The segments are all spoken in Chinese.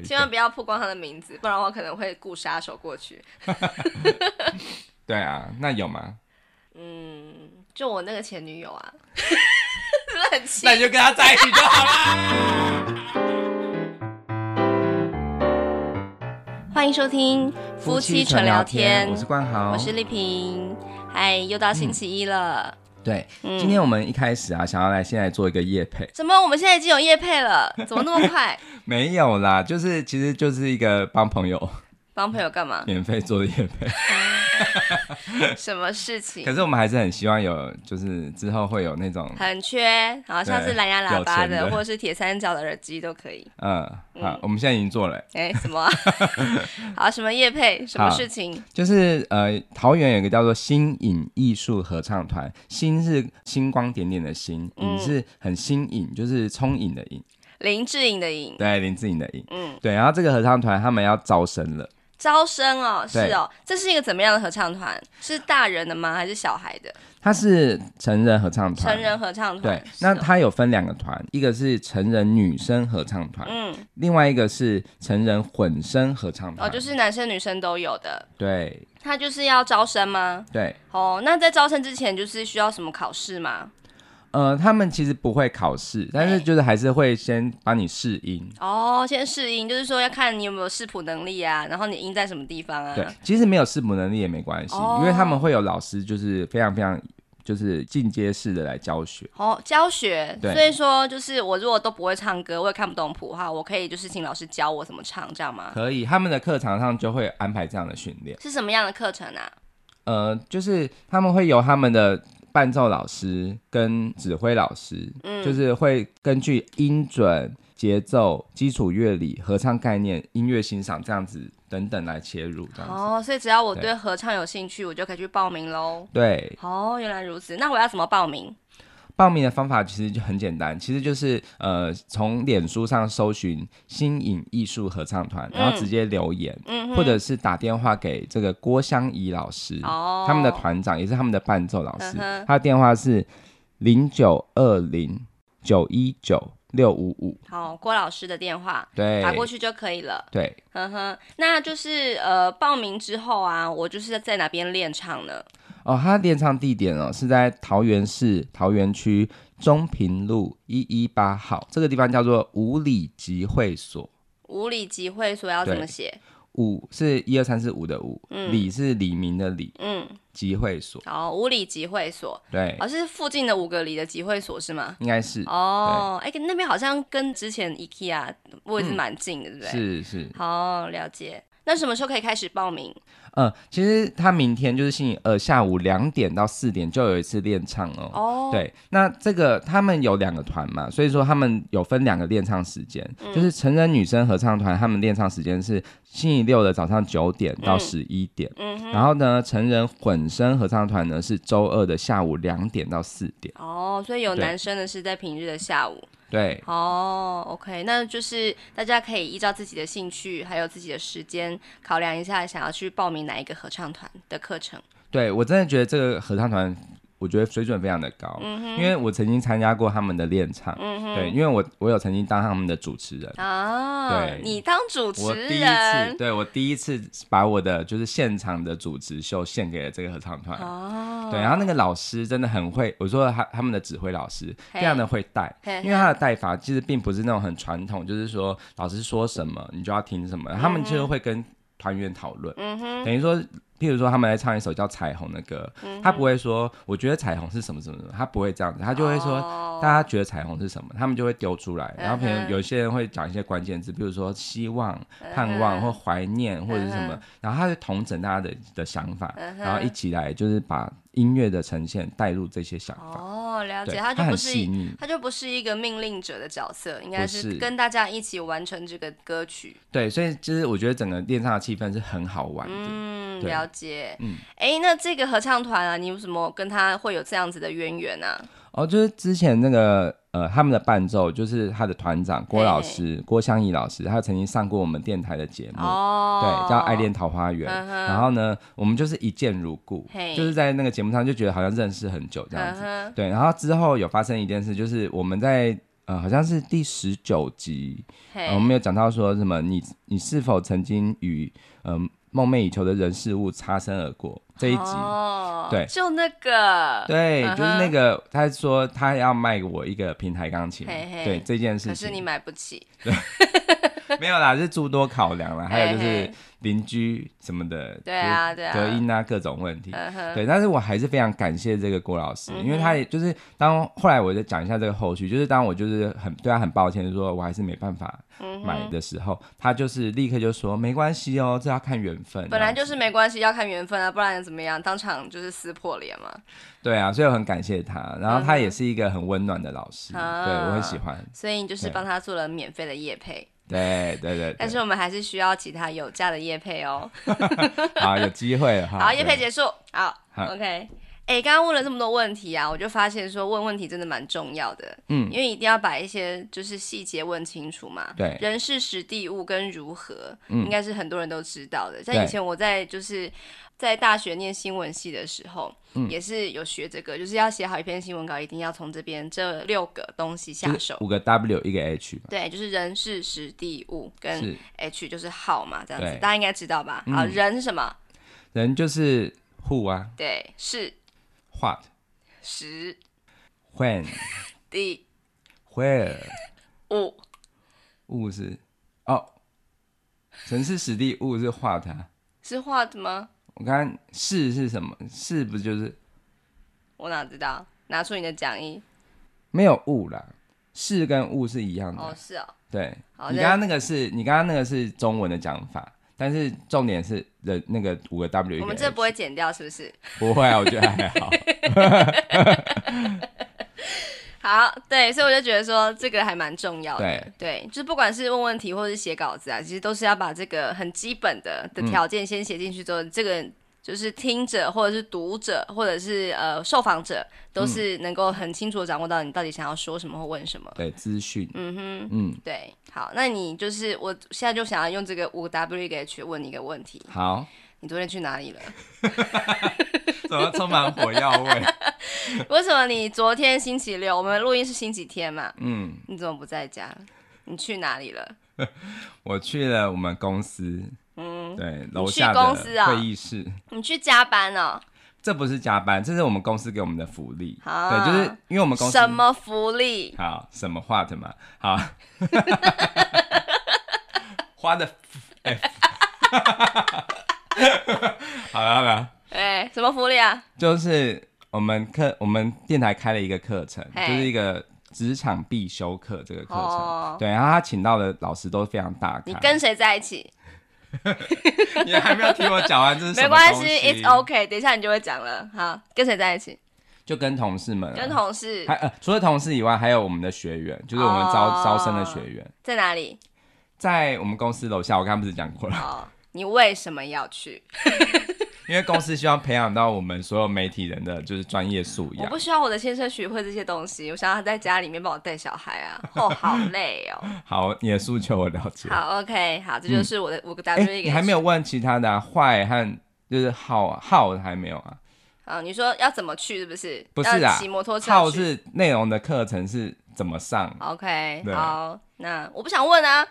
千万不要曝光他的名字，不然我可能会雇杀手过去。 对啊，那有吗？ 就我那个前女友啊，是不是很气？ 那你就跟他在一起就好啦。 欢迎收听夫妻纯聊天， 我是冠豪， 我是丽萍。嗨，又到星期一了。 对，今天我们一开始啊，想要先来做一个业配。 怎么？我们现在已经有业配了？怎么那么快？ 没有啦，其实就是一个帮朋友干嘛？ 免费做的业配。 什么事情？ 可是我们还是很希望有，就是之后会有那种很缺，好像是蓝牙喇叭的， 或者是铁三角的耳机都可以。 好，我们现在已经做了。 什么？好，什么业配？什么事情？ 就是桃园有一个叫做新颖艺术合唱团，新是星光点点的星，颖是很新颖，就是聪颖的颖， 林志颖的颖， 对，林志颖的颖，对。然后这个合唱团他们要招生了。 招生哦，是哦，这是一个怎么样的合唱团？是大人的吗？还是小孩的？ 它是成人合唱团。 成人合唱团， 对。那它有分2个团，一个是成人女生合唱团，另外一个是成人混声合唱团。 就是男生女生都有的。 对。 他就是要招生吗？ 对。 那在招生之前就是需要什么考试吗？ 他们其实不会考试，但是就是还是会先帮你试音。 先试音，就是说要看你有没有视谱能力啊，然后你音在什么地方啊。 对，其实没有视谱能力也没关系，因为他们会有老师，就是非常非常就是进阶式的来教学。 教学。 对。 所以说就是我如果都不会唱歌，我也看不懂谱的话，我可以就是请老师教我怎么唱，这样吗？ 可以，他们的课堂上就会安排这样的训练。 是什么样的课程啊？ 就是他们会有他们的伴奏老师跟指挥老师，就是会根据音准、节奏、基础乐理、合唱概念、音乐欣赏这样子等等来切入这样子。 所以只要我对合唱有兴趣，我就可以去报名咯。 对。 原来如此。那我要怎么报名？ 报名的方法其实就很简单，其实就是从脸书上搜寻新颖艺术合唱团，然后直接留言，或者是打电话给这个郭香怡老师，他们的团长也是他们的伴奏老师，他的电话是0920919655。 好，郭老师的电话， 对， 打过去就可以了。 对， 那就是报名之后啊，我就是在哪边练唱呢？ 他练唱地点是在桃园市桃园区中平路118号，这个地方叫做五里集会所。 五里集会所要怎么写？ 五是1、2、3、4、5的五，里是李明的里，集会所。 五里集会所。对。是附近的5个里的集会所是吗？ 应该是。 那边好像跟之前 IKEA 位置蛮近的，对不对？ 是。 好，了解。那什么时候可以开始报名？ 其实他明天就是星期2下午2点到4点就有一次练唱哦。对，那这个他们有2个团嘛，所以说他们有分2个练唱时间，就是成人女生合唱团他们练唱时间是星期6的早上9点到11点，然后呢成人混声合唱团呢是周2的下午2点到4点。 所以有男生的是在平日的下午。 对。 OK， 那就是大家可以依照自己的兴趣还有自己的时间考量一下，想要去报名哪一个合唱团的课程。对， 我真的觉得这个合唱团我觉得水准非常的高，因为我曾经参加过他们的练唱，对，因为我有曾经当他们的主持人对， 你当主持人？ 我第一次把我的就是现场的主持秀献给了这个合唱团对，然后那个老师真的很会，我说他们的指挥老师非常的会带，因为他的带法其实并不是那种很传统，就是说老师说什么你就要听什么，他们就会跟团员讨论，等于说譬如说他们在唱一首叫彩虹的歌，他不会说我觉得彩虹是什么什么什么，他不会这样子，他就会说大家觉得彩虹是什么，他们就会丢出来，然后可能有些人会讲一些关键字，比如说希望、盼望或怀念或者是什么，然后他就统整大家的想法，然后一起来就是把音乐的呈现带入这些想法。 了解，他就不是一个命令者的角色，应该是跟大家一起完成这个歌曲。 对，所以就是我觉得整个练唱的气氛是很好玩的。 了解。那这个合唱团啊，你有什么跟他会有这样子的渊源啊？ 就是之前那个他们的伴奏就是他的团长郭老师，郭香怡老师，他曾经上过我们电台的节目，对，叫《爱恋桃花源》然后呢，我们就是一见如故，就是在那个节目上就觉得好像认识很久这样子，对。然后之后有发生一件事，就是我们在好像是第19集，我们有讲到说什么你是否曾经与梦寐以求的人事物擦身而过这一集，对， 就那个， 对，就是那个，他说他要卖我一个平台钢琴，对这件事情， 可是你买不起， 对，没有啦，是诸多考量啦，还有就是邻居什么的， 对啊，对啊， 隔音啊各种问题，对，但是我还是非常感谢这个郭老师，因为他也就是后来我就讲一下这个后续，就是当我就是对他很抱歉，就是说我还是没办法买的时候，他就是立刻就说没关系哦，这要看缘分， 本来就是没关系，要看缘分啊，不然怎么样？当场就是撕破脸嘛。对啊，所以我很感谢他，然后他也是一个很温暖的老师，对我很喜欢， 所以你就是帮他做了免费的业配。 对，但是我们还是需要其他有价的业配哦。 好，有机会了。 好，业配结束。好 OK。刚刚问了这么多问题啊，我就发现说问问题真的蛮重要的，因为一定要把一些就是细节问清楚嘛。 对， 人事时地物跟如何，应该是很多人都知道的。像以前我在大学念新闻系的时候，也是有学这个，就是要写好一篇新闻稿，一定要从这6个东西下手。 5个 W 1个 H 嘛。 对，就是人事时地物跟 H 就是好嘛，这样子大家应该知道吧？好，人是什么？ 人就是 who 啊。 对，是 what 时 when 地 where 物是人事时地物是 what 啊？ 是 what 吗？ 我刚刚是什么？是不就是我哪知道？拿出你的讲义。 没有物啦，是跟物是一样的。 是哦。 对，你刚刚那个是中文的讲法，但是重点是那个5个 W 1个 H。 我们这不会剪掉是不是？ 不会啊，我觉得还好。 好，对，所以我就觉得说这个还蛮重要的，对，就是不管是问问题或是写稿子啊，其实都是要把这个很基本的条件先写进去之后，这个就是听者或者是读者或者是受访者都是能够很清楚的掌握到你到底想要说什么或问什么，对， 资讯， 对，好，那你就是我现在就想要用这个5个 W 1个 H 问你一个问题， 好， 你昨天去哪里了？ 怎么充满火药味？ 为什么你昨天星期六，我们录音是星期天嘛？你怎么不在家？你去哪里了？ 我去了我们公司，对，楼下的会议室。 你去加班哦？ 这不是加班，这是我们公司给我们的福利。对，就是因为我们公司什么福利？ 好，什么话的嘛？好，花的 F。好了， 什么福利啊？ 就是我们电台开了一个课程，就是一个职场必修课这个课程。对，然后他请到的老师都非常大咖。 你跟谁在一起？ 你还没有听我讲完，这是什么东西？ 没关系 ，It's OK， 等一下你就会讲了。好，跟谁在一起？ 就跟同事们， 跟同事， 除了同事以外，还有我们的学员，就是我们招生的学员。 在哪里？ 在我们公司楼下，我刚刚不是讲过了。 你为什么要去？ 因为公司希望培养到我们所有媒体人的就是专业素养。 我不需要我的先生学会这些东西，我想要他在家里面帮我带小孩啊。好累哦。 好，你的诉求我了解。 好 ，OK， 好，这就是我的5个 W 1个 H。 你还没有问其他的坏和就是好还没有啊？ 你说要怎么去是不是？ 不是啊， 骑摩托车去。 好是内容的课程是怎么上 ？OK， 好，那我不想问啊。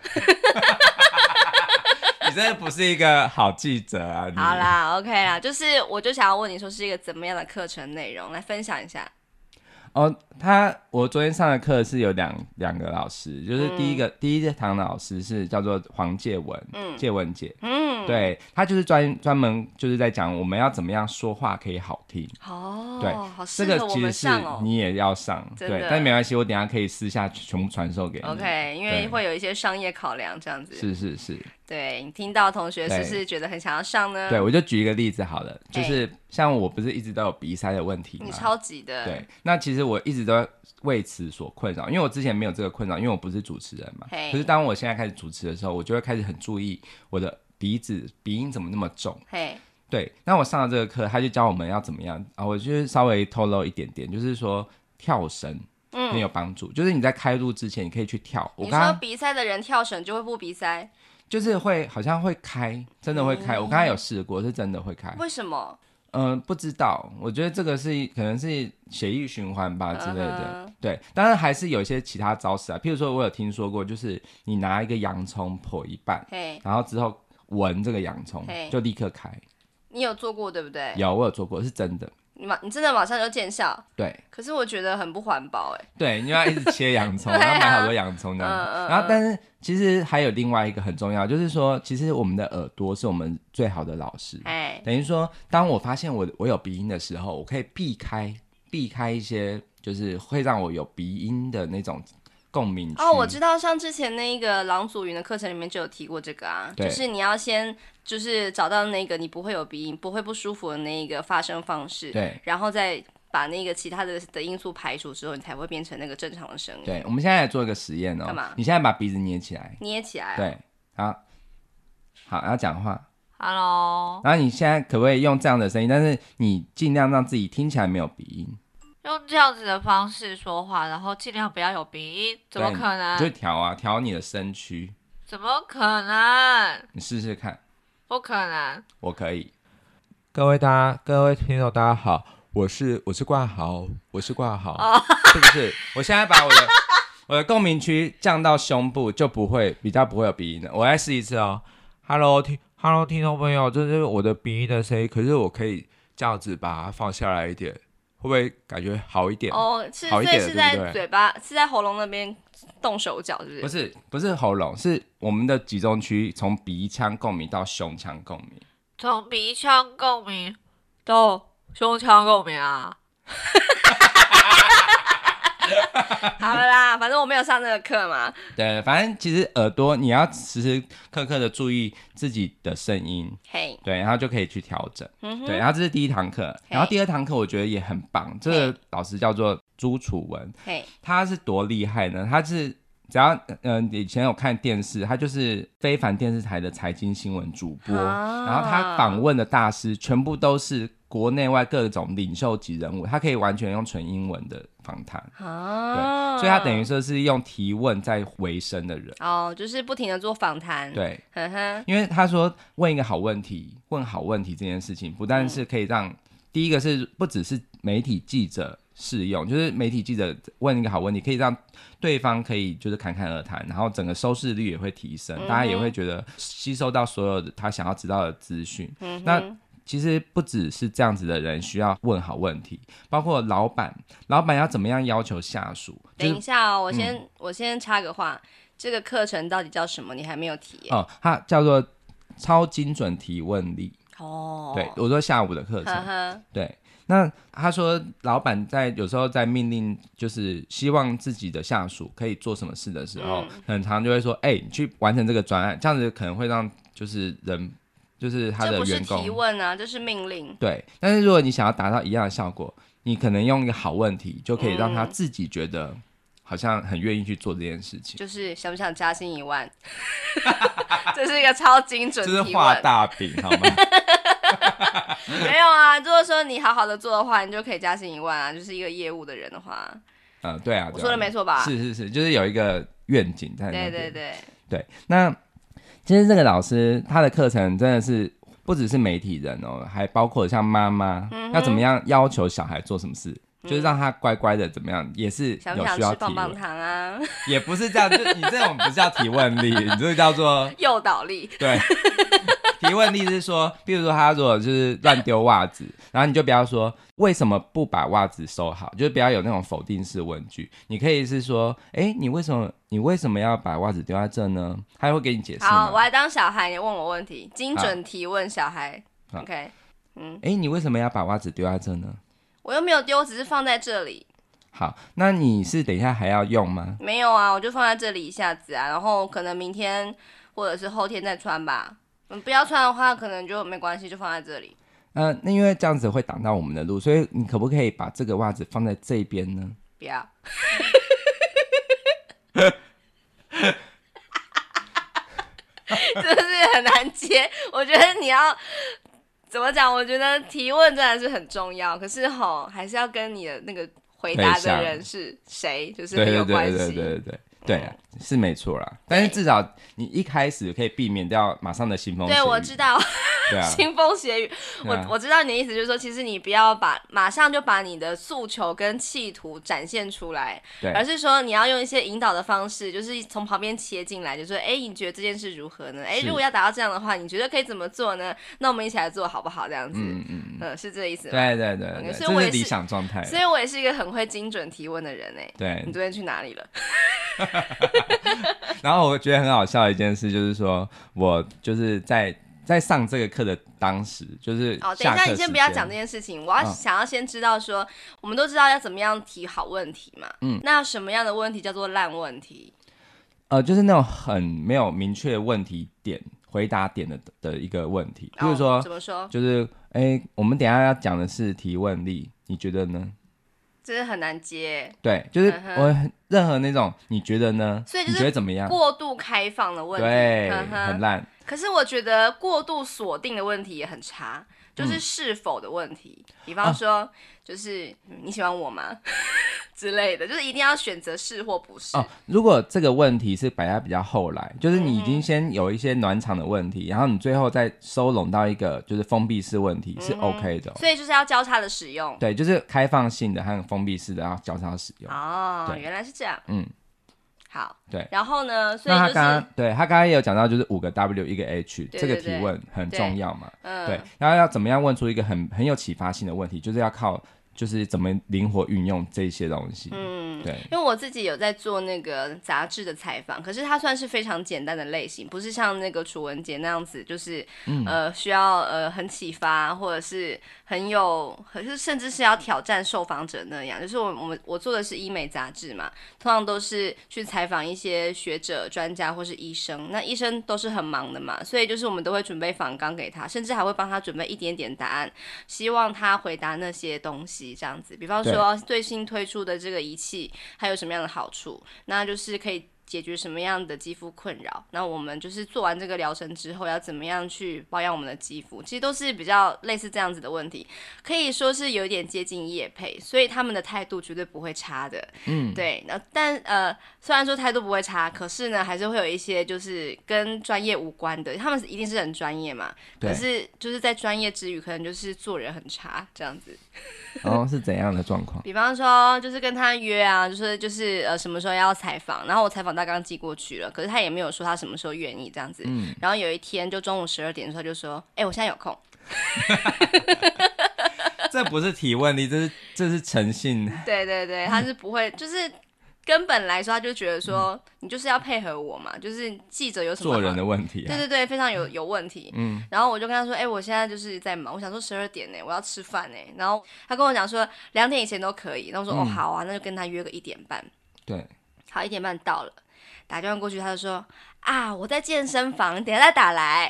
你真的不是一个好记者啊！ 好啦 ，OK 啦，我就想要问你说是一个怎么样的课程内容，来分享一下。 我昨天上的课是有两个老师，就是第一堂的老师是叫做黄介文，介文姐，对，他就是专门就是在讲我们要怎么样说话可以好听。对， 好适合我们上哦。 这个其实是你也要上，对，但没关系，我等一下可以私下全部传授给你。 OK， 因为会有一些商业考量这样子。 是。 对，你听到同学是不是觉得很想要上呢？ 对，我就举一个例子好了，就是像我不是一直都有鼻塞的问题吗？ 你超级的。 对，那其实我一直都为此所困扰，因为我之前没有这个困扰，因为我不是主持人嘛。可是当我现在开始主持的时候，我就会开始很注意我的鼻音怎么那么重。对，那我上了这个课，他就教我们要怎么样啊？我就是稍微透露一点点，就是说跳绳很有帮助，就是你在开录之前，你可以去跳。 你说鼻塞的人跳绳就会不鼻塞？ 就是好像会开，真的会开。我刚才有试过，是真的会开。 为什么？ 不知道，我觉得这个可能是血液循环吧之类的。对，当然还是有一些其他招式啊，譬如说我有听说过，就是你拿一个洋葱剖一半，然后之后闻这个洋葱就立刻开。 你有做过对不对？ 有，我有做过，是真的。 你真的马上就见效？ 对。 可是我觉得很不环保哎。 对，因为要一直切洋葱，然后买好多洋葱这样子。然后，但是其实还有另外一个很重要，就是说，其实我们的耳朵是我们最好的老师。等于说，当我发现我有鼻音的时候，我可以避开一些，就是会让我有鼻音的那种共鸣区。 我知道，像之前那个郎祖云的课程里面就有提过这个啊，就是你要先就是找到那个你不会有鼻音、不会不舒服的那个发声方式， 对， 然后再把那个其他的因素排除之后，你才会变成那个正常的声音。 对，我们现在来做一个实验哦。干嘛？你现在把鼻子捏起来。 捏起来。 对，好，要讲话。 Hello。 然后你现在可不可以用这样的声音？但是你尽量让自己听起来没有鼻音。 用这样子的方式说话，然后尽量不要有鼻音，怎么可能？ 你就调你的声区。 怎么可能？ 你试试看。 不可能。 我可以。 各位听众大家好，我是挂号，是不是？ 我现在把我的共鸣区降到胸部，就比较不会有鼻音了。我再试一次哦。 Hello， 听众朋友，这是我的鼻音的声音，可是我可以这样子把它放下来一点，会不会感觉好一点？ 所以是在嘴巴，是在喉咙那边动手脚，是不是？ 不是喉咙，是我们的集中区，从鼻腔共鸣到胸腔共鸣。 从鼻腔共鸣到胸腔共鸣啊。 好了啦，反正我没有上这个课嘛。 对，反正其实耳朵你要时时刻刻的注意自己的声音，对，然后就可以去调整。对，然后这是第一堂课，然后第二堂课我觉得也很棒，这个老师叫做朱楚文，他是多厉害呢？他是只要以前有看电视，他就是非凡电视台的财经新闻主播，然后他访问的大师全部都是国内外各种领袖级人物，他可以完全用纯英文的访谈，对，所以他等于说是用提问在维生的人， 就是不停的做访谈， 对，因为他说问一个好问题，问好问题这件事情，不但是可以让第一个是不只是媒体记者适用，就是媒体记者问一个好问题，可以让对方可以就是侃侃而谈，然后整个收视率也会提升，大家也会觉得吸收到所有的他想要知道的资讯。那其实不只是这样子的人需要问好问题，包括老板要怎么样要求下属。 等一下哦，我先插个话，这个课程到底叫什么？你还没有提耶。 它叫做超精准提问力。对，我说下午的课程。对。那他说老板有时候在命令就是希望自己的下属可以做什么事的时候，很常就会说你去完成这个专案，这样子可能会让就是人就是他的员工，这不是提问啊，这是命令。 对，但是如果你想要达到一样的效果，你可能用一个好问题就可以让他自己觉得好像很愿意去做这件事情， 就是想不想加薪1万这是一个超精准提问， 这是画大饼好吗没有啊，如果说你好好的做的话，你就可以加薪1万啊，就是一个业务的人的话。 对啊， 我说的没错吧？ 是，就是有一个愿景在那边。对。那其实这个老师他的课程真的是不只是媒体人哦，还包括像妈妈要怎么样要求小孩做什么事，就是让他乖乖的怎么样，也是有需要提问。 想不想吃棒棒糖啊？ 也不是这样，就你这种不是叫提问力，你这个叫做诱导力。 对。提问力是说，比如说他如果就是乱丢袜子，然后你就不要说为什么不把袜子收好，就是不要有那种否定式问句，你可以是说你为什么要把袜子丢在这呢？他会给你解释。 好，我来当小孩，你问我问题，精准提问小孩。OK。 你为什么要把袜子丢在这呢？ 我又没有丢，只是放在这里。 好，那你是等一下还要用吗？ 没有啊，我就放在这里一下子啊，然后可能明天或者是后天再穿吧。不要穿的话可能就没关系，就放在这里。 那因为这样子会挡到我们的路，所以你可不可以把这个袜子放在这边呢？ 不要。真的是很难接，我觉得你要怎么讲？我觉得提问真的是很重要，可是还是要跟你的那个回答的人是谁，就是很有关系。 对，是没错啦。但是至少你一开始可以避免掉马上的腥风血雨。 对，我知道。 对啊， 腥风血雨。我知道你的意思，就是说，其实你不要马上就把你的诉求跟企图展现出来，而是说你要用一些引导的方式，就是从旁边切进来，就说，哎，你觉得这件事如何呢？哎，如果要达到这样的话，你觉得可以怎么做呢？那我们一起来做好不好？这样子，是这个意思吗？ 对， 所以我也是这是理想状态。 所以我也是一个很会精准提问的人哎。 对， 你昨天去哪里了？ 然后我觉得很好笑的一件事就是说，我就是在上这个课的当时，就是等一下，你先不要讲这件事情，我想要先知道说，我们都知道要怎么样提好问题嘛，那什么样的问题叫做烂问题？ 就是那种很没有明确问题点、回答点的一个问题，比如说， 怎么说？ 就是我们等一下要讲的是提问力，你觉得呢？ 这是很难接。 对，就是任何那种你觉得呢？ 所以就是你觉得怎么样？ 过度开放的问题， 对，很烂。 可是我觉得过度锁定的问题也很差，就是是否的问题。比方说，就是你喜欢我吗之类的，就是一定要选择是或不是。 如果这个问题是摆在比较后来，就是你已经先有一些暖场的问题，然后你最后再收拢到一个就是封闭式问题，是 OK 的。 所以就是要交叉的使用。 对，就是开放性的和封闭式的要交叉使用。 原来是这样。好， 对， 然后呢？所以就是他刚刚也有讲到，就是5个 W 1个 H 这个提问很重要嘛。对，然后要怎么样问出一个很有启发性的问题，就是要靠就是怎么灵活运用这些东西。对， 因为我自己有在做那个杂志的采访，可是它算是非常简单的类型，不是像那个楚文杰那样子，就是需要很启发，或者是甚至是要挑战受访者那样。就是我做的是医美杂志嘛，通常都是去采访一些学者、专家或是医生。那医生都是很忙的嘛，所以就是我们都会准备访纲给他，甚至还会帮他准备一点点答案，希望他回答那些东西这样子。比方说最新推出的这个仪器还有什么样的好处，那就是可以解决什么样的肌肤困扰，那我们就是做完这个疗程之后要怎么样去保养我们的肌肤，其实都是比较类似这样子的问题，可以说是有点接近业配，所以他们的态度绝对不会差的。对，但虽然说态度不会差，可是呢还是会有一些就是跟专业无关的，他们一定是很专业嘛，可是就是在专业之余可能就是做人很差这样子。 是怎样的状况？ 比方说就是跟他约啊，就是什么时候要采访，然后我采访大纲寄过去了，可是他也没有说他什么时候愿意这样子。然后有一天就中午12点的时候就说，我现在有空。 这不是提问力，这是诚信。 对，他是不会，就是根本来说，他就觉得说，你就是要配合我嘛，就是记者有什么做人的问题。 对，非常有问题。然后我就跟他说，我现在就是在忙，我想说12点呢，我要吃饭呢。然后他跟我讲说2点以前都可以，然后我说好啊，那就跟他约个1点半。 对， 好，1点半到了，打电话过去，他就说我在健身房，等一下再打来。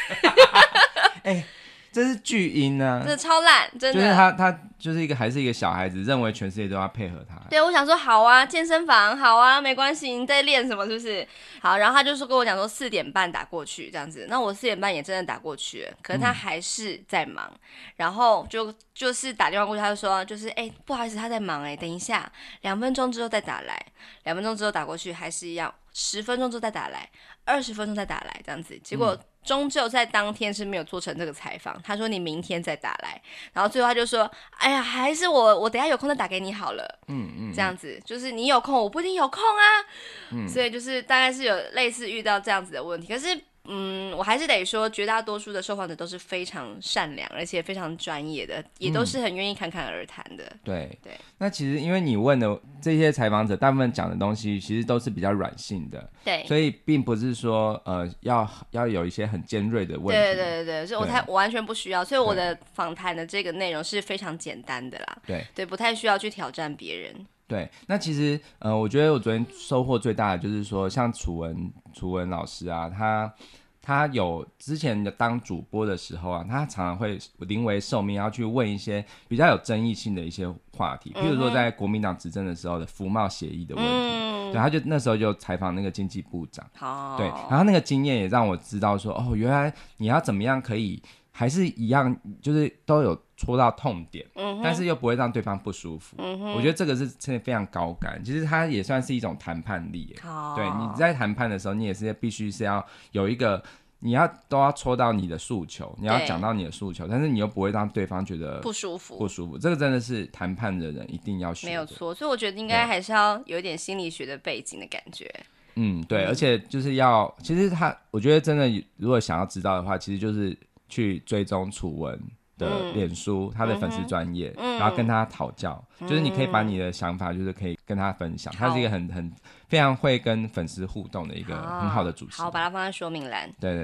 这是巨婴啊， 真的超烂，真的。 就是他就是还是一个小孩子，认为全世界都要配合他。 对，我想说好啊，健身房好啊，没关系，你在练什么是不是？好，然后他就说跟我讲说4点半打过去这样子，那我4点半也真的打过去了，可是他还是在忙，然后就是打电话过去，他就说就是不好意思，他在忙等一下2分钟之后再打来，2分钟之后打过去还是一样，10分钟之后再打来，20分钟再打来这样子，结果终究在当天是没有做成这个采访，他说你明天再打来，然后最后他就说还是我等一下有空再打给你好了。这样子就是你有空我不一定有空啊。所以就是大概是有类似遇到这样子的问题，可是我还是得说绝大多数的受访者都是非常善良而且非常专业的，也都是很愿意侃侃而谈的。 对，那其实因为你问的这些采访者大部分讲的东西其实都是比较软性的， 对， 所以并不是说要有一些很尖锐的问题。 对，所以我完全不需要，所以我的访谈的这个内容是非常简单的啦。对，不太需要去挑战别人。 对，那其实我觉得我昨天收获最大的就是说，像楚文老师啊，他有之前的当主播的时候啊，他常常会临危受命，要去问一些比较有争议性的一些话题，比如说在国民党执政的时候的服贸协议的问题。对，他就那时候就采访那个经济部长。对，然后那个经验也让我知道说，原来你要怎么样可以还是一样，就是都有戳到痛点，但是又不会让对方不舒服。我觉得这个是真的非常高干，其实它也算是一种谈判力。对，你在谈判的时候，你也是必须是要有一个你都要戳到你的诉求，你要讲到你的诉求，但是你又不会让对方觉得不舒服， 这个真的是谈判的人一定要学的， 没有错。所以我觉得应该还是要有一点心理学的背景的感觉。 对，而且就是其实我觉得真的，如果想要知道的话，其实就是去追踪楚文的脸书，他的粉丝专页，然后跟他讨教，就是你可以把你的想法，就是可以跟他分享。他是一个非常会跟粉丝互动的一个很好的主持人。 好，把它放在说明栏。 对，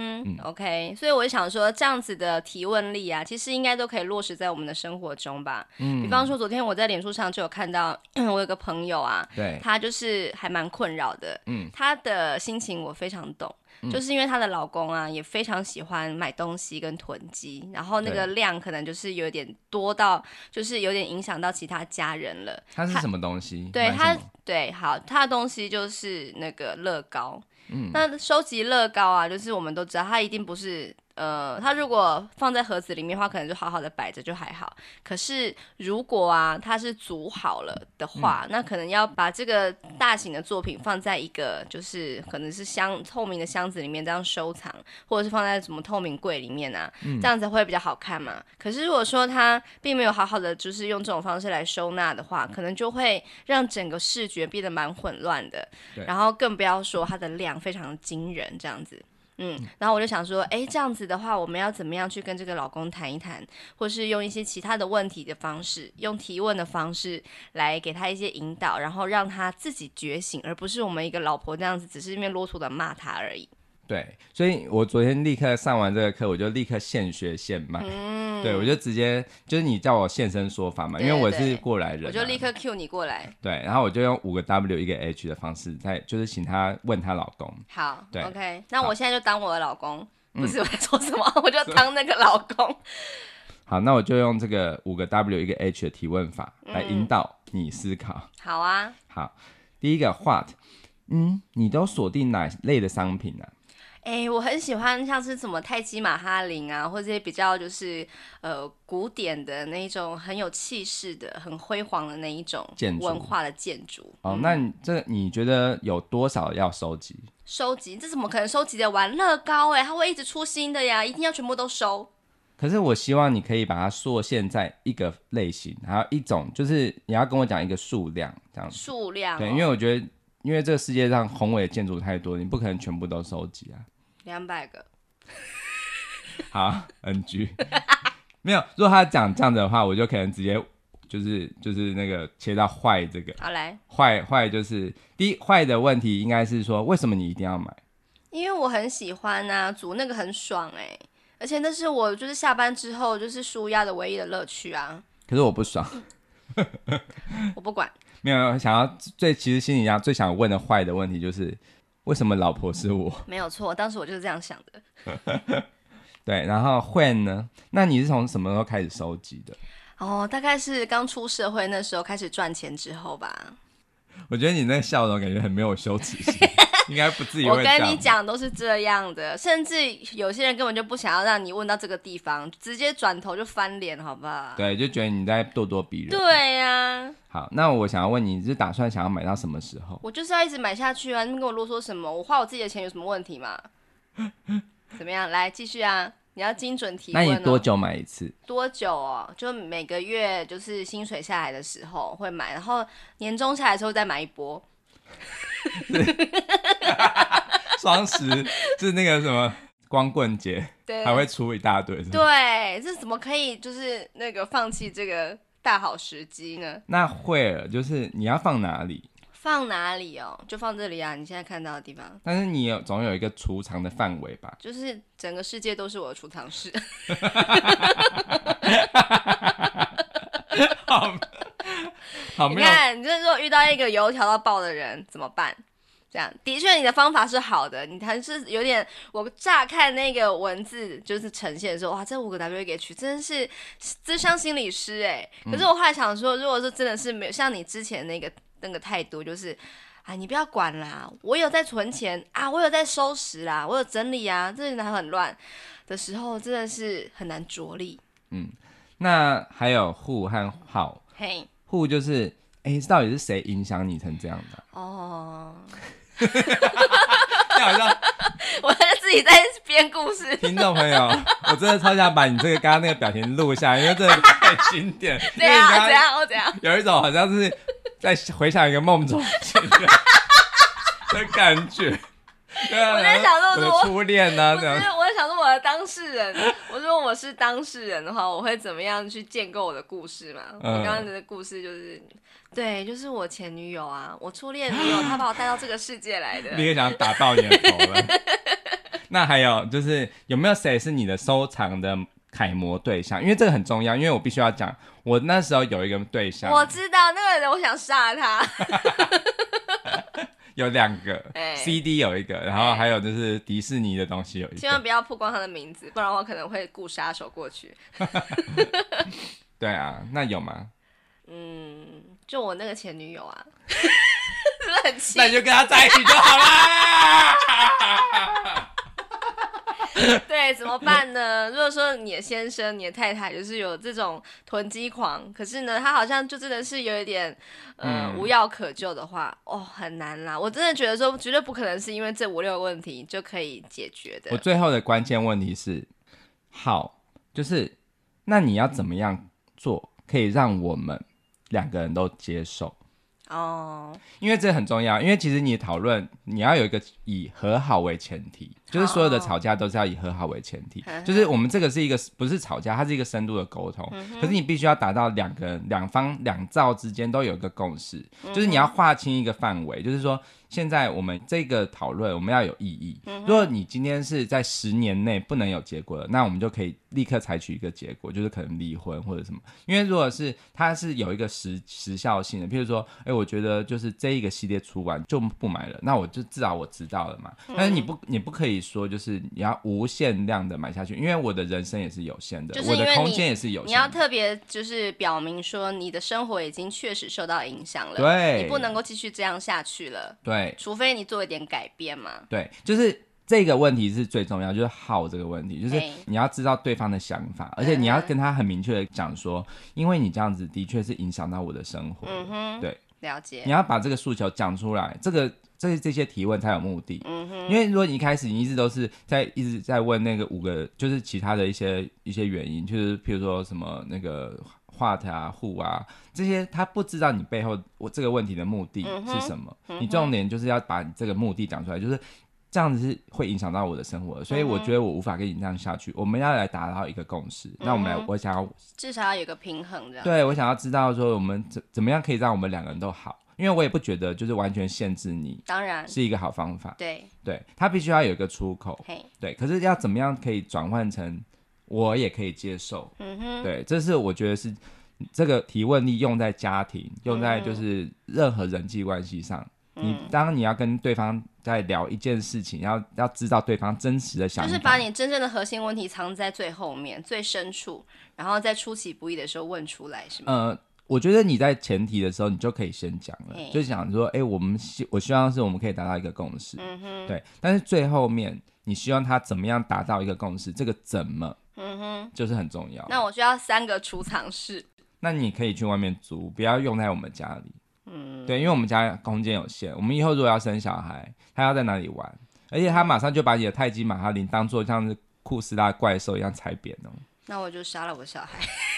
OK。所以我就想说，这样子的提问力啊，其实应该都可以落实在我们的生活中吧。比方说，昨天我在脸书上就有看到，我有个朋友啊， 对， 他就是还蛮困扰的。他的心情我非常懂。就是因为她的老公啊，也非常喜欢买东西跟囤积，然后那个量可能就是有点多到，就是有点影响到其他家人了。 他是什么东西？ 好，他的东西就是那个乐高。那收集乐高啊，就是我们都知道，他一定不是。它如果放在盒子里面的话，可能就好好的摆着就还好。可是如果啊，它是组好了的话，那可能要把这个大型的作品放在一个就是可能是透明的箱子里面这样收藏，或者是放在什么透明柜里面啊，这样子会比较好看嘛。可是如果说它并没有好好的就是用这种方式来收纳的话，可能就会让整个视觉变得蛮混乱的。然后更不要说它的量非常惊人这样子。然后我就想说，这样子的话，我们要怎么样去跟这个老公谈一谈，或是用一些其他的问题的方式，用提问的方式来给他一些引导，然后让他自己觉醒，而不是我们一个老婆这样子，只是因为啰嗦的骂他而已。 对，所以我昨天立刻上完这个课，我就立刻现学现卖。对，我就直接就是你叫我现身说法嘛，因为我是过来人， 我就立刻 cue 你过来。 对，然后我就用5个 W 1个 H 的方式，就是请他问她老公。 好，对 ，OK， 那我现在就当我的老公，不是我在说什么，我就当那个老公。 好，那我就用这个5个 W 1个 H 的提问法来引导你思考。 好啊。 好，第一个 What， 你都锁定哪类的商品啊？ 我很喜欢像是什么泰姬玛哈陵啊，或者这些比较就是古典的那一种很有气势的、很辉煌的那一种文化的建筑。 那你觉得有多少要收集？ 收集？这怎么可能收集得完？乐高它会一直出新的呀，一定要全部都收。 可是我希望你可以把它缩限在一个类型，还有一种就是你要跟我讲一个数量这样子。 数量？ 对，因为我觉得因为这个世界上宏伟的建筑太多，你不可能全部都收集啊。 200个。 好 ，NG 没有。如果他讲这样子的话，我就可能直接就是那个切到坏这个。 好来， 坏就是坏的问题应该是说，为什么你一定要买？ 因为我很喜欢啊，煮那个很爽而且那是我就是下班之后就是舒压的唯一的乐趣啊。 可是我不爽。 我不管。 没有想要其实心里最想问的坏的问题就是。为什么老婆是我？ 没有错，当时我就是这样想的。 对，然后When呢？那你是从什么时候开始收集的？ 大概是刚出社会那时候开始赚钱之后吧。 我觉得你那个笑容感觉很没有羞耻心，应该不至于会这样。 我跟你讲都是这样的，甚至有些人根本就不想要让你问到这个地方，直接转头就翻脸，好不好？ 对，就觉得你在咄咄逼人。 对呀。 好，那我想要问你是打算想要买到什么时候？ 我就是要一直买下去啊！你们跟我啰嗦什么？我花我自己的钱有什么问题吗？怎么样？来继续啊！你要精准提问。 那你多久买一次？ 多久哦？就每个月就是薪水下来的时候会买，然后年终下来的时候再买一波。 双十是那个什么光棍节，还会出一大堆。 对，这怎么可以就是那个放弃这个大好时机呢？ 那会了，就是你要放哪里？ 放哪里哦？就放这里啊！你现在看到的地方。 但是你总有一个储藏的范围吧？ 就是整个世界都是我的储藏室。好，你看，你就是说遇到一个油条到爆的人怎么办？这样的确你的方法是好的，你还是有点，我乍看那个文字就是呈现的时候，哇，这5个 WH 真的是諮商心理师可是我后来想说，如果说真的是没有像你之前那个态度，就是你不要管啦，我有在存钱啊，我有在收拾啦，我有整理啊，这里还很乱的时候，真的是很难着力。 那还有Who和How。Who 就是到底是谁影响你成这样的？ 好像我自己在编故事。 听众朋友，我真的超想把你这个刚刚那个表情录下来，因为真的太经典。 怎样？我怎样？ 有一种好像是在回想一个梦中情人的感觉。对啊， 我在想说， 我的初恋啊，这样。 我在想说，我的当事人，我说我是当事人的话，我会怎么样去建构我的故事嘛？我刚刚的故事就是，对，就是我前女友啊，我初恋女友，她把我带到这个世界来的。 立刻想打爆你的头了。那还有就是有没有谁是你的收藏的楷模对象？因为这个很重要，因为我必须要讲，我那时候有一个对象， 我知道那个人，我想杀他。 有2个、CD 有一个，然后还有就是迪士尼的东西有一个。 千万不要曝光他的名字，不然我可能会雇杀手过去。 对啊，那有吗？ 就我那个前女友啊，是不是很气？ 那你就跟他在一起就好啦。 对，怎么办呢？如果说你的先生、你的太太就是有这种囤积狂，可是呢，他好像就真的是有一点无药可救的话，很难啦。我真的觉得说，绝对不可能是因为这5-6个问题就可以解决的。 我最后的关键问题是，好，就是那你要怎么样做，可以让我们2个人都接受？因为这很重要，因为其实你讨论你要有一个以和好为前提，就是所有的吵架都是要以和好为前提，就是我们这个是一个不是吵架，它是一个深度的沟通，可是你必须要达到两方2造之间都有一个共识，就是你要划清一个范围，就是说现在我们这个讨论我们要有意义，如果你今天是在10年内不能有结果的，那我们就可以立刻采取一个结果，就是可能离婚或者什么，因为如果是它是有一个时效性的，譬如说我觉得就是这一个系列出完就不买了，那我就至少我知道了嘛，但是你不可以说就是你要无限量的买下去，因为我的人生也是有限的， 就是我的空间也是有限的， 你要特别就是表明说你的生活已经确实受到影响了， 对， 你不能够继续这样下去了， 对， 除非你做一点改变嘛， 对，就是这个问题是最重要，就是好这个问题，就是你要知道对方的想法，而且你要跟他很明确的讲说，因为你这样子的确是影响到我的生活，对， 了解， 你要把这个诉求讲出来，这些提问才有目的，因为如果你一开始你一直都是一直在问那个5个，就是其他的一些原因，就是譬如说什么那个what啊 who 啊这些，他不知道你背后我这个问题的目的是什么，你重点就是要把你这个目的讲出来，就是这样子是会影响到我的生活的，所以我觉得我无法跟你这样下去，我们要来达到一个共识，那我想要至少要有个平衡这样， 对，我想要知道说我们怎么样可以让我们2个人都好，因为我也不觉得就是完全限制你， 当然是一个好方法， 对， 它必须要有一个出口，对，可是要怎么样可以转换成我也可以接受，对，这是我觉得是这个提问力用在家庭，用在就是任何人际关系上，当你要跟对方在聊一件事情，要知道对方真实的想法， 就是把你真正的核心问题藏在最后面最深处，然后在出其不意的时候问出来，是吗？ 我觉得你在前提的时候你就可以先讲了，就想说我希望是我们可以达到一个共识，对，但是最后面你希望他怎么样达到一个共识，这个怎么就是很重要。 那我需要3个储藏室， 那你可以去外面租，不要用在我们家里，对，因为我们家空间有限，我们以后如果要生小孩，他要在哪里玩，而且他马上就把你的泰姬玛哈林当作像是库斯拉怪兽一样踩扁哦。 那我就杀了我小孩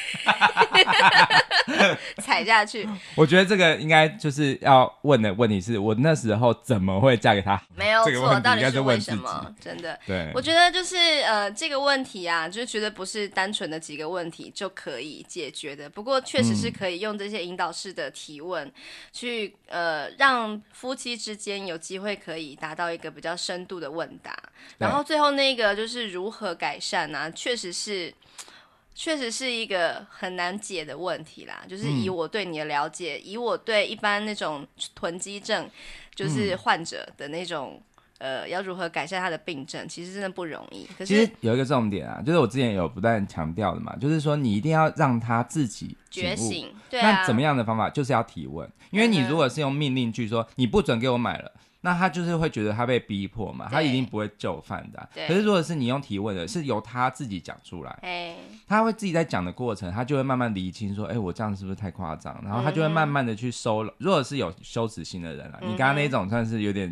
踩下去。 我觉得这个应该就是要问的问题是，我那时候怎么会嫁给他？ 没有错，到底是为什么？ 真的， 对， 我觉得就是这个问题啊，就绝对不是单纯的几个问题就可以解决的。不过确实是可以用这些引导式的提问，去让夫妻之间有机会可以达到一个比较深度的问答。然后最后那个就是如何改善啊，确实是一个很难解的问题啦，就是以我对你的了解，以我对一般那种囤积症就是患者的那种要如何改善他的病症，其实真的不容易。可是其实有一个重点啊，就是我之前有不断强调的嘛，就是说你一定要让他自己觉醒，对啊。 那怎么样的方法？就是要提问，因为你如果是用命令句说你不准给我买了，那他就是会觉得他被逼迫嘛，他一定不会就范的可是如果是你用提问的，是由他自己讲出来，他会自己在讲的过程，他就会慢慢厘清说，我这样是不是太夸张？然后他就会慢慢的去收。如果是有羞耻心的人啦，你刚刚那种算是有点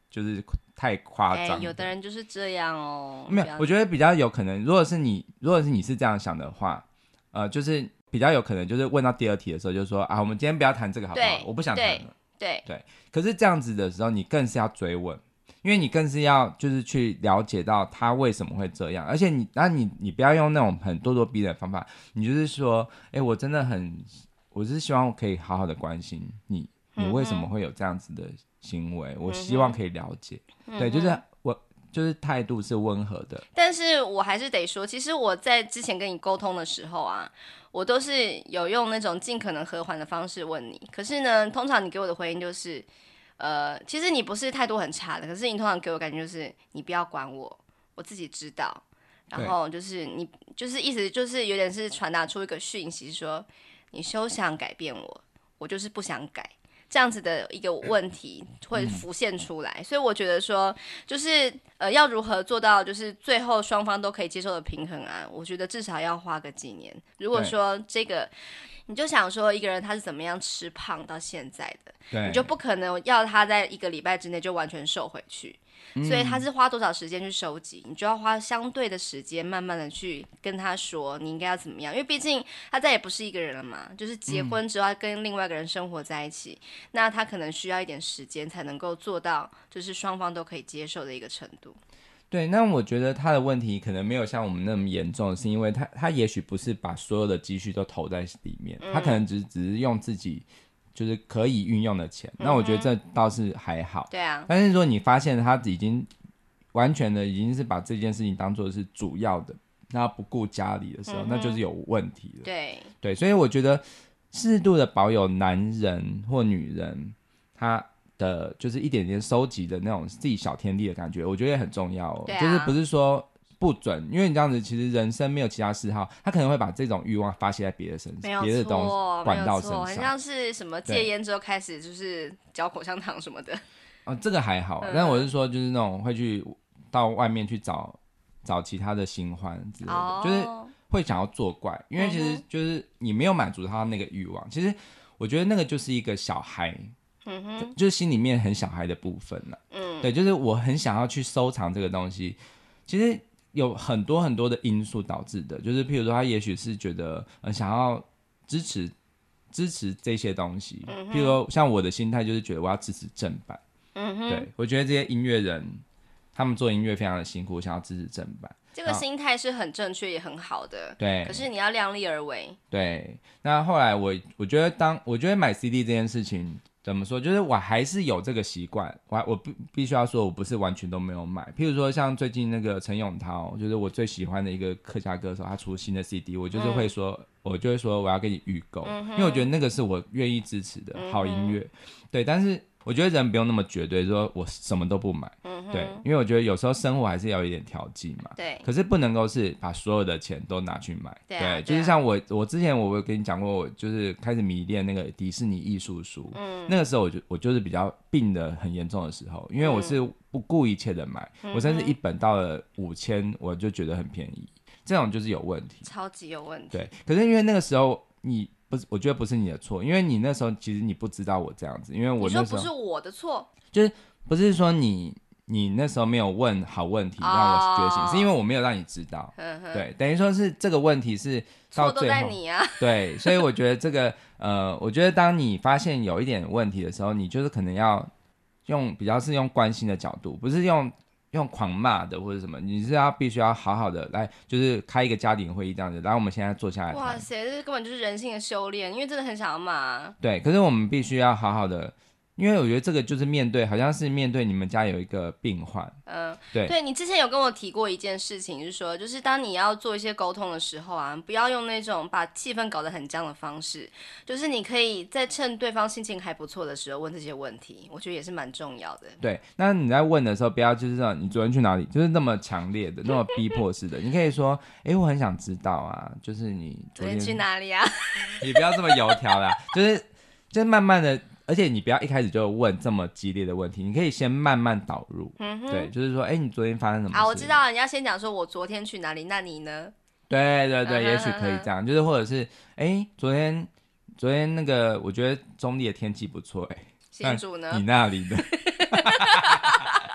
就是太夸张。 有的人就是这样哦。 没有，我觉得比较有可能，如果是你是这样想的话，就是比较有可能就是问到第二题的时候，就说我们今天不要谈这个好不好？我不想谈了。 对。 可是这样子的时候，你更是要追问，因为你更是要就是去了解到他为什么会这样，而且你不要用那种很咄咄逼人的方法，你就是说，我真的我是希望我可以好好的关心你为什么会有这样子的行为，我希望可以了解。对，就是态度是温和的。 但是我还是得说，其实我在之前跟你沟通的时候啊，我都是有用那种尽可能和缓的方式问你。可是呢，通常你给我的回应就是，其实你不是态度很差的，可是你通常给我感觉就是你不要管我，我自己知道。然后就是你就是意思就是有点是传达出一个讯息说，你休想改变我，我就是不想改。这样子的一个问题会浮现出来，所以我觉得说，就是要如何做到，就是最后双方都可以接受的平衡啊？我觉得至少要花个几年。如果说这个，你就想说一个人他是怎么样吃胖到现在的，你就不可能要他在1个礼拜之内就完全瘦回去。所以他是花多少时间去收集，你就要花相对的时间，慢慢的去跟他说你应该要怎么样，因为毕竟他再也不是一个人了嘛，就是结婚之后要跟另外一个人生活在一起，那他可能需要一点时间才能够做到，就是双方都可以接受的一个程度。 对，那我觉得他的问题可能没有像我们那么严重，是因为他也许不是把所有的积蓄都投在里面，他可能只是用自己就是可以运用的钱，那我觉得这倒是还好。 对啊， 但是说你发现他已经完全的已经是把这件事情当作是主要的，那不顾家里的时候，那就是有问题了。对，所以我觉得适度的保有男人或女人他的就是一点点收集的那种自己小天地的感觉，我觉得也很重要哦。就是不是说不准，因为你这样子其实人生没有其他嗜好，他可能会把这种欲望发泄在别的身上，别的东西管道身上， 很像是什么戒烟之后开始就是嚼口香糖什么的。 这个还好，但我是说就是那种会去到外面去找其他的新欢之类的，就是会想要作怪，因为其实就是你没有满足他那个欲望，其实我觉得那个就是一个小孩。就是心里面很小孩的部分啦。对，就是我很想要去收藏这个东西，其实有很多很多的因素导致的，就是譬如说他也许是觉得想要支持这些东西，譬如说像我的心态就是觉得我要支持正版。对，我觉得这些音乐人他们做音乐非常的辛苦，我想要支持正版， 这个心态是很正确也很好的。 对， 可是你要量力而为。 对，那后来我觉得买 CD 这件事情怎么说，就是我还是有这个习惯，我必须要说我不是完全都没有买。譬如说像最近那个陈永涛，就是我最喜欢的一个客家歌手，他出新的 CD， 我就是会说，我就会说我要给你预购，因为我觉得那个是我愿意支持的好音乐。对，但是我觉得人不用那么绝对，说我什么都不买。对，因为我觉得有时候生活还是要有一点调剂嘛。 对。 可是不能够是把所有的钱都拿去买。对，就是像我之前我有跟你讲过，我就是开始迷恋那个迪士尼艺术书。那个时候我就是比较病得很严重的时候，因为我是不顾一切的买，我甚至一本到了5000，我就觉得很便宜，这种就是有问题， 超级有问题。 对，可是因为那个时候我觉得不是你的错，因为你那时候其实你不知道我这样子，因为我那时候你说不是我的错， 就是不是说你那时候没有问好问题让我觉醒，是因为我没有让你知道。对，等于说是这个问题是到最后错都在你啊。 对，所以我觉得这个我觉得当你发现有一点问题的时候，你就是可能要比较是用关心的角度，不是用狂骂的或者什么，你是必须要好好的来，就是开一个家庭会议这样子，然后我们现在坐下来谈。 哇塞，这根本就是人性的修炼，因为真的很想要骂。 对，可是我们必须要好好的。因为我觉得这个就是好像是面对你们家有一个病患。 对，你之前有跟我提过一件事情，就是说，就是当你要做一些沟通的时候啊，不要用那种把气氛搞得很僵的方式，就是你可以在趁对方心情还不错的时候问这些问题，我觉得也是蛮重要的。 对，那你在问的时候，不要就是说你昨天去哪里，就是那么强烈的、那么逼迫式的，你可以说，我很想知道啊，就是你昨天去哪里啊？ 你不要这么油条啦，就是慢慢的。而且你不要一开始就问这么激烈的问题，你可以先慢慢导入。对，就是说，你昨天发生什么事？ 我知道了，你要先讲说我昨天去哪里，那你呢？ 对，也许可以这样，就是或者是，昨天那个，我觉得中立的天气不错， 新竹呢？ 你那里的？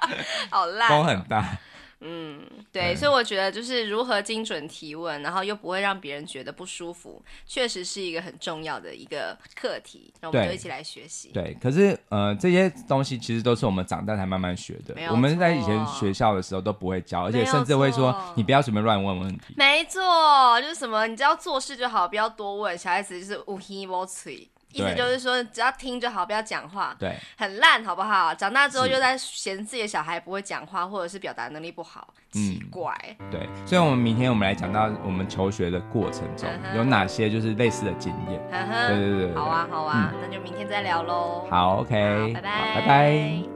好烂、 风很大。 对，所以我觉得就是如何精准提问，然后又不会让别人觉得不舒服，确实是一个很重要的一个课题。那我们就一起来学习。 对，可是这些东西其实都是我们长大才慢慢学的。我们在以前学校的时候都不会教，而且甚至会说你不要随便乱问问题。 没错，就是什么你只要做事就好，不要多问。小孩子就是无耳无嘴。意思就是说，只要听就好，不要讲话。 对， 很烂，好不好？长大之后又在嫌自己的小孩不会讲话，或者是表达能力不好，奇怪。 对，所以我们明天我们来讲到我们求学的过程中有哪些就是类似的经验。对， 好啊，那就明天再聊喽。 好 ，OK， 好，拜拜， 拜拜。